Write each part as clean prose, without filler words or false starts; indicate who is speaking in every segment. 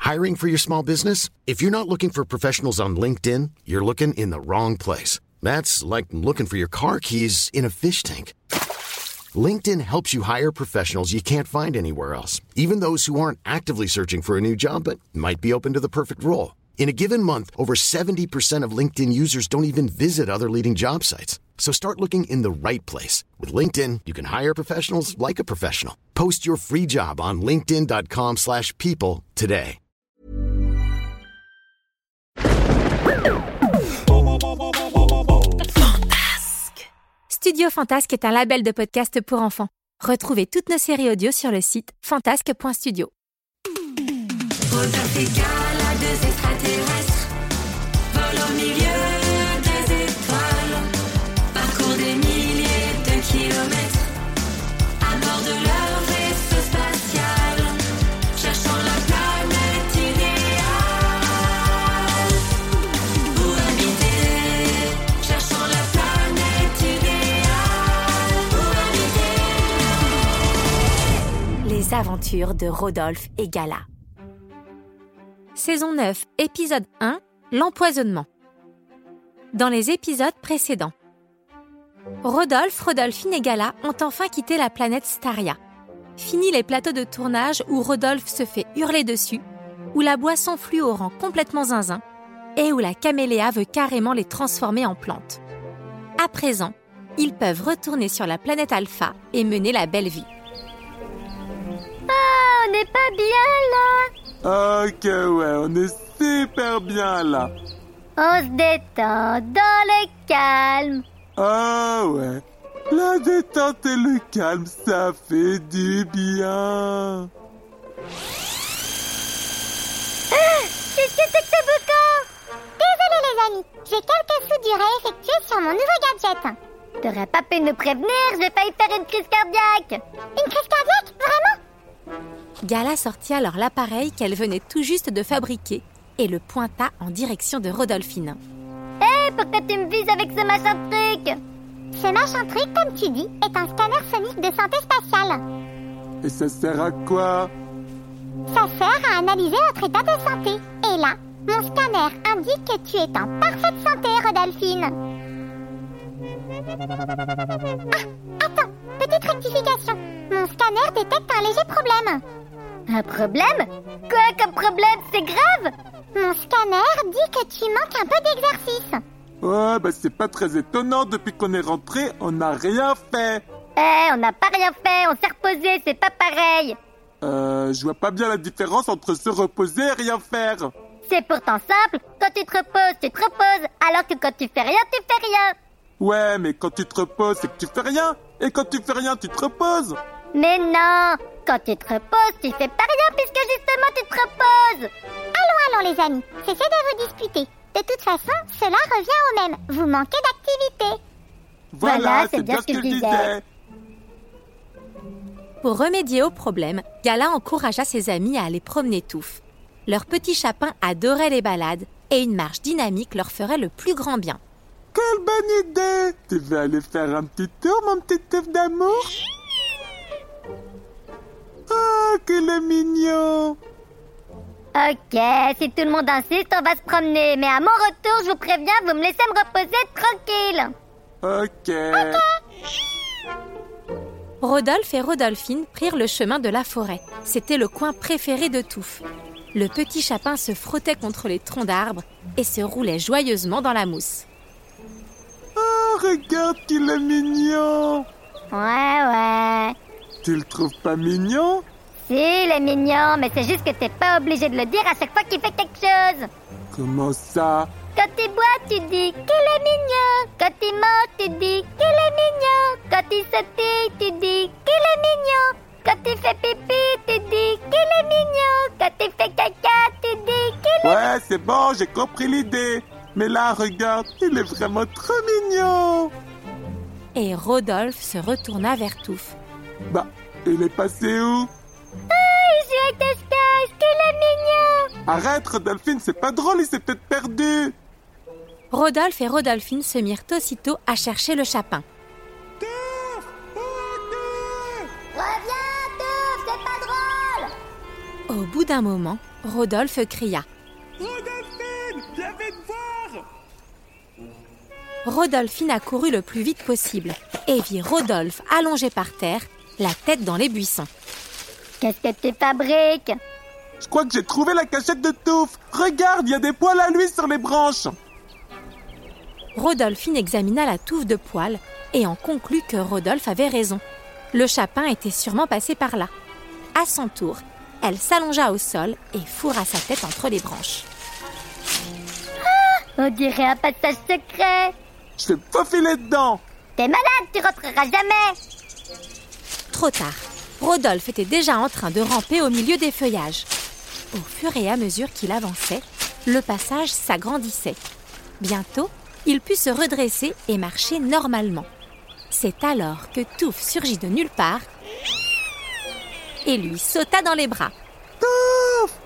Speaker 1: Hiring for your small business? If you're not looking for professionals on LinkedIn, you're looking in the wrong place. That's like looking for your car keys in a fish tank. LinkedIn helps you hire professionals you can't find anywhere else, even those who aren't actively searching for a new job but might be open to the perfect role. In a given month, over 70% of LinkedIn users don't even visit other leading job sites. So start looking in the right place. With LinkedIn, you can hire professionals like a professional. Post your free job on linkedin.com/people today.
Speaker 2: Studio Fantasque est un label de podcast pour enfants. Retrouvez toutes nos séries audio sur le site fantasque.studio.
Speaker 3: Rodolphe et Gala, deux extraterrestres, volent au milieu des étoiles, parcourent des milliers de kilomètres, à bord de leur vaisseau spatial, cherchant la planète idéale. Où habiter, cherchant la planète idéale. Où habiter.
Speaker 2: Les aventures de Rodolphe et Gala. Saison 9, épisode 1, l'empoisonnement. Dans les épisodes précédents, Rodolphe, Rodolphine et Gala ont enfin quitté la planète Staria. Fini les plateaux de tournage où Rodolphe se fait hurler dessus, où la boisson fluo rend complètement zinzin et où la caméléa veut carrément les transformer en plantes. À présent, ils peuvent retourner sur la planète Alpha et mener la belle vie.
Speaker 4: Ah, on n'est pas bien là.
Speaker 5: Ok, ouais, on est super bien là.
Speaker 4: On se détend dans le calme.
Speaker 5: Ah ouais, la détente et le calme, ça fait du bien.
Speaker 4: Qu'est-ce que c'est que ce boucan? Désolée les amis, j'ai quelques soudures à effectuer sur mon nouveau gadget. T'aurais pas pu nous prévenir, j'ai failli faire une crise cardiaque. Une crise cardiaque? Vraiment?
Speaker 2: Gala sortit alors l'appareil qu'elle venait tout juste de fabriquer et le pointa en direction de Rodolphine.
Speaker 4: Hé, pourquoi tu me vises avec ce machin truc? Ce machin truc, comme tu dis, est un scanner sonique de santé spatiale.
Speaker 5: Et ça sert à quoi?
Speaker 4: Ça sert à analyser votre état de santé. Et là, mon scanner indique que tu es en parfaite santé, Rodolphine. Ah, attends, petite rectification. Mon scanner détecte un léger problème. Un problème? Quoi comme problème? C'est grave? Mon scanner dit que tu manques un peu d'exercice.
Speaker 5: Ouais, bah c'est pas très étonnant, depuis qu'on est rentré, on n'a rien fait.
Speaker 4: On n'a pas rien fait, on s'est reposé, c'est pas pareil.
Speaker 5: Je vois pas bien la différence entre se reposer et rien faire.
Speaker 4: C'est pourtant simple, quand tu te reposes, alors que quand tu fais rien, tu fais rien.
Speaker 5: Ouais, mais quand tu te reposes, c'est que tu fais rien. Et quand tu fais rien, tu te reposes.
Speaker 4: Mais non, quand tu te reposes, tu fais pas rien puisque justement tu te reposes. Allons les amis, cessez de vous disputer. De toute façon, cela revient au même. Vous manquez d'activité.
Speaker 5: Voilà, c'est bien ce que je disais.
Speaker 2: Pour remédier au problème, Gala encouragea ses amis à aller promener Touffe. Leur petit chapin adorait les balades et une marche dynamique leur ferait le plus grand bien.
Speaker 5: Quelle bonne idée! Tu veux aller faire un petit tour, mon petit Touffe d'amour? Oh, qu'il est mignon!
Speaker 4: Ok, si tout le monde insiste, on va se promener. Mais à mon retour, je vous préviens, vous me laissez me reposer tranquille.
Speaker 5: Ok.
Speaker 2: Rodolphe et Rodolphine prirent le chemin de la forêt. C'était le coin préféré de Touffe. Le petit chapin se frottait contre les troncs d'arbres et se roulait joyeusement dans la mousse.
Speaker 5: Oh, regarde qu'il est mignon!
Speaker 4: Ouais.
Speaker 5: Tu le trouves pas mignon?
Speaker 4: Si, il est mignon, mais c'est juste que t'es pas obligé de le dire à chaque fois qu'il fait quelque chose.
Speaker 5: Comment ça?
Speaker 4: Quand il boit, tu dis qu'il est mignon. Quand il mange, tu dis qu'il est mignon. Quand il sautille, tu dis qu'il est mignon. Quand il fait pipi, tu dis qu'il est mignon. Quand il fait caca, tu dis qu'il est...
Speaker 5: Ouais, c'est bon, j'ai compris l'idée. Mais là, regarde, il est vraiment trop mignon.
Speaker 2: Et Rodolphe se retourna vers Touffe.
Speaker 5: Bah, il est passé où?
Speaker 4: Il joue avec des skys, qu'il est mignon.
Speaker 5: Arrête, Rodolphine, c'est pas drôle, il s'est peut-être perdu.
Speaker 2: Rodolphe et Rodolphine se mirent aussitôt à chercher le chapin.
Speaker 4: Reviens, Touffe, c'est pas drôle.
Speaker 2: Au Au bout d'un moment, Rodolphe cria.
Speaker 5: Rodolphine, viens vite voir!
Speaker 2: Rodolphine accourut le plus vite possible et vit Rodolphe allongé par terre, la tête dans les buissons.
Speaker 4: Qu'est-ce que tu fabriques?
Speaker 5: Je crois que j'ai trouvé la cachette de Touffe. Regarde, il y a des poils à lui sur les branches.
Speaker 2: Rodolphine examina la touffe de poils et en conclut que Rodolphe avait raison. Le chapin était sûrement passé par là. À son tour, elle s'allongea au sol et fourra sa tête entre les branches.
Speaker 4: On dirait un passage secret.
Speaker 5: Je vais faufiler dedans.
Speaker 4: T'es malade, tu rentreras jamais.
Speaker 2: Trop tard, Rodolphe était déjà en train de ramper au milieu des feuillages. Au fur et à mesure qu'il avançait, le passage s'agrandissait. Bientôt, il put se redresser et marcher normalement. C'est alors que Touffe surgit de nulle part et lui sauta dans les bras.
Speaker 5: Touffe!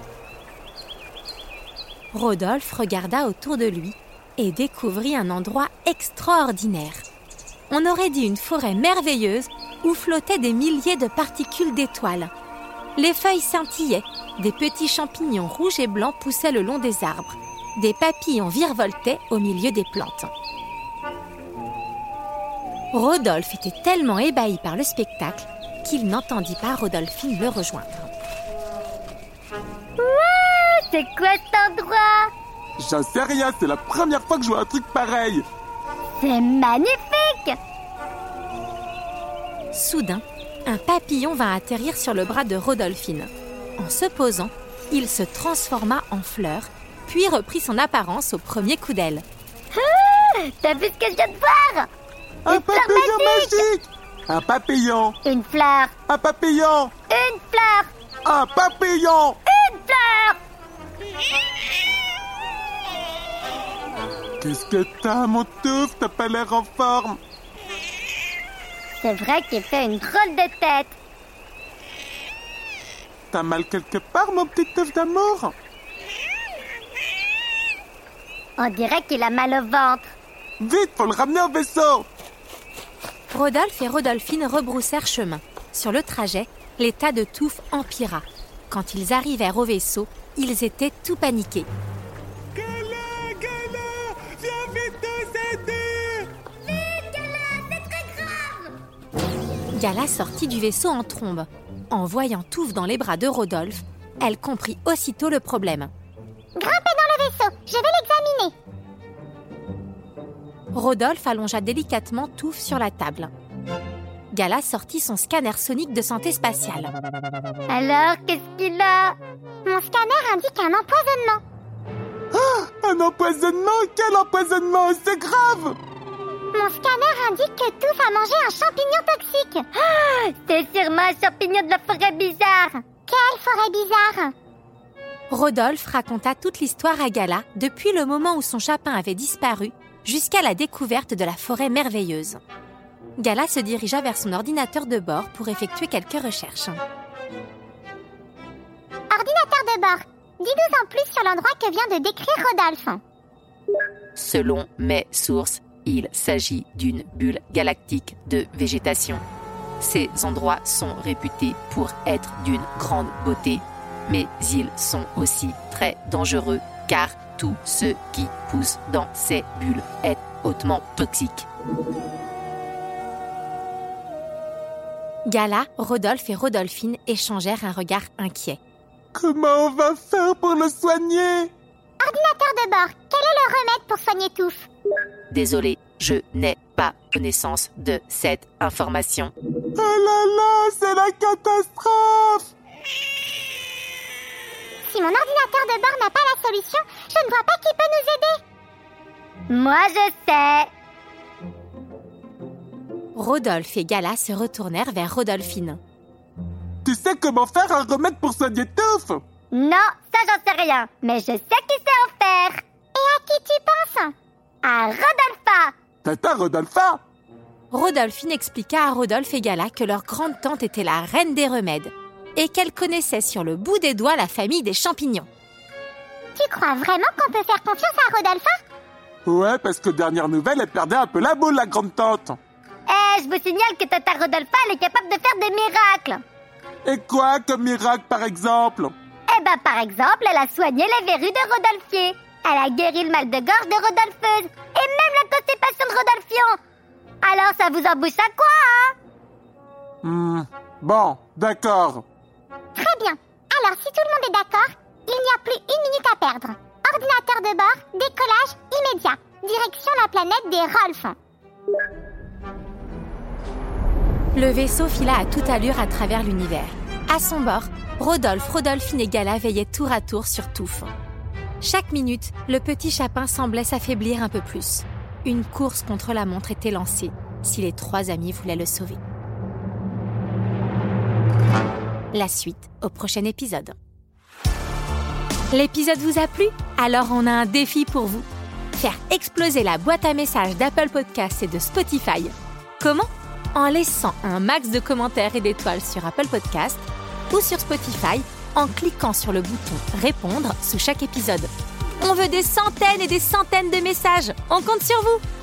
Speaker 2: Rodolphe regarda autour de lui et découvrit un endroit extraordinaire. On aurait dit une forêt merveilleuse où flottaient des milliers de particules d'étoiles. Les feuilles scintillaient, des petits champignons rouges et blancs poussaient le long des arbres. Des papillons virevoltaient au milieu des plantes. Rodolphe était tellement ébahi par le spectacle qu'il n'entendit pas Rodolphine le rejoindre.
Speaker 4: C'est quoi cet endroit?
Speaker 5: J'en sais rien, c'est la première fois que je vois un truc pareil.
Speaker 4: C'est magnifique.
Speaker 2: Soudain, un papillon vint atterrir sur le bras de Rodolphine. En se posant, il se transforma en fleur, puis reprit son apparence au premier coup d'aile.
Speaker 4: T'as vu ce que je viens de voir?
Speaker 5: Un papillon magique! Un papillon!
Speaker 4: Une fleur.
Speaker 5: Un papillon!
Speaker 4: Une fleur.
Speaker 5: Un papillon!
Speaker 4: Une fleur.
Speaker 5: Qu'est-ce que t'as, mon Touffe? T'as pas l'air en forme.
Speaker 4: C'est vrai qu'il fait une drôle de tête.
Speaker 5: T'as mal quelque part, mon petit Touffe d'amour?
Speaker 4: On dirait qu'il a mal au ventre.
Speaker 5: Vite, faut le ramener au vaisseau!
Speaker 2: Rodolphe et Rodolphine rebroussèrent chemin. Sur le trajet, l'état de Touffe empira. Quand ils arrivèrent au vaisseau, ils étaient tout paniqués.
Speaker 5: Gala, Gala, viens vite nous aider!
Speaker 2: Gala sortit du vaisseau en trombe. En voyant Touffe dans les bras de Rodolphe, elle comprit aussitôt le problème.
Speaker 4: Grimpez dans le vaisseau, je vais l'examiner.
Speaker 2: Rodolphe allongea délicatement Touffe sur la table. Gala sortit son scanner sonique de santé spatiale.
Speaker 4: Alors, qu'est-ce qu'il a? Mon scanner indique un empoisonnement.
Speaker 5: Un empoisonnement? Quel empoisonnement? C'est grave!
Speaker 4: Mon scanner indique que Touffe a mangé un champignon toxique. C'est sûrement un champignon de la forêt bizarre. Quelle forêt bizarre?
Speaker 2: Rodolphe raconta toute l'histoire à Gala depuis le moment où son chapin avait disparu jusqu'à la découverte de la forêt merveilleuse. Gala se dirigea vers son ordinateur de bord pour effectuer quelques recherches.
Speaker 4: Ordinateur de bord, dis-nous en plus sur l'endroit que vient de décrire Rodolphe.
Speaker 6: Selon mes sources, il s'agit d'une bulle galactique de végétation. Ces endroits sont réputés pour être d'une grande beauté, mais ils sont aussi très dangereux car tout ce qui pousse dans ces bulles est hautement toxique.
Speaker 2: Gala, Rodolphe et Rodolphine échangèrent un regard inquiet.
Speaker 5: Comment on va faire pour le soigner?
Speaker 4: Ordinateur de bord, quel est le remède pour soigner Touffe?
Speaker 6: Désolé, je n'ai pas connaissance de cette information.
Speaker 5: Oh là là, c'est la catastrophe!
Speaker 4: Si mon ordinateur de bord n'a pas la solution, je ne vois pas qui peut nous aider. Moi, je sais.
Speaker 2: Rodolphe et Gala se retournèrent vers Rodolphine.
Speaker 5: Tu sais comment faire un remède pour soigner Touffe?
Speaker 4: Non, ça j'en sais rien, mais je sais qui sait en faire. Et à qui tu penses? À Rodolpha.
Speaker 5: Tata Rodolpha?
Speaker 2: Rodolphine expliqua à Rodolphe et Gala que leur grande-tante était la reine des remèdes et qu'elle connaissait sur le bout des doigts la famille des champignons.
Speaker 4: Tu crois vraiment qu'on peut faire confiance à Rodolpha?
Speaker 5: Ouais, parce que dernière nouvelle, elle perdait un peu la boule, la grande-tante.
Speaker 4: Je vous signale que Tata Rodolpha, elle est capable de faire des miracles.
Speaker 5: Et quoi comme miracle, par exemple?
Speaker 4: Eh ben, par exemple, elle a soigné les verrues de Rodolphier. Elle a guéri le mal de gorge de Rodolpheuse. Et même la constipation de Rodolphion. Alors, ça vous embouche à quoi, hein?
Speaker 5: Bon, d'accord.
Speaker 4: Très bien. Alors, si tout le monde est d'accord, il n'y a plus 1 minute à perdre. Ordinateur de bord, décollage immédiat. Direction la planète des Rolfs.
Speaker 2: Le vaisseau fila à toute allure à travers l'univers. À son bord, Rodolphe, Rodolphine et Gala veillaient tour à tour sur Touffe. Chaque minute, le petit chapin semblait s'affaiblir un peu plus. Une course contre la montre était lancée, si les 3 amis voulaient le sauver. La suite au prochain épisode. L'épisode vous a plu? Alors on a un défi pour vous. Faire exploser la boîte à messages d'Apple Podcasts et de Spotify. Comment? En laissant un max de commentaires et d'étoiles sur Apple Podcasts ou sur Spotify en cliquant sur le bouton « Répondre » sous chaque épisode. On veut des centaines et des centaines de messages. On compte sur vous!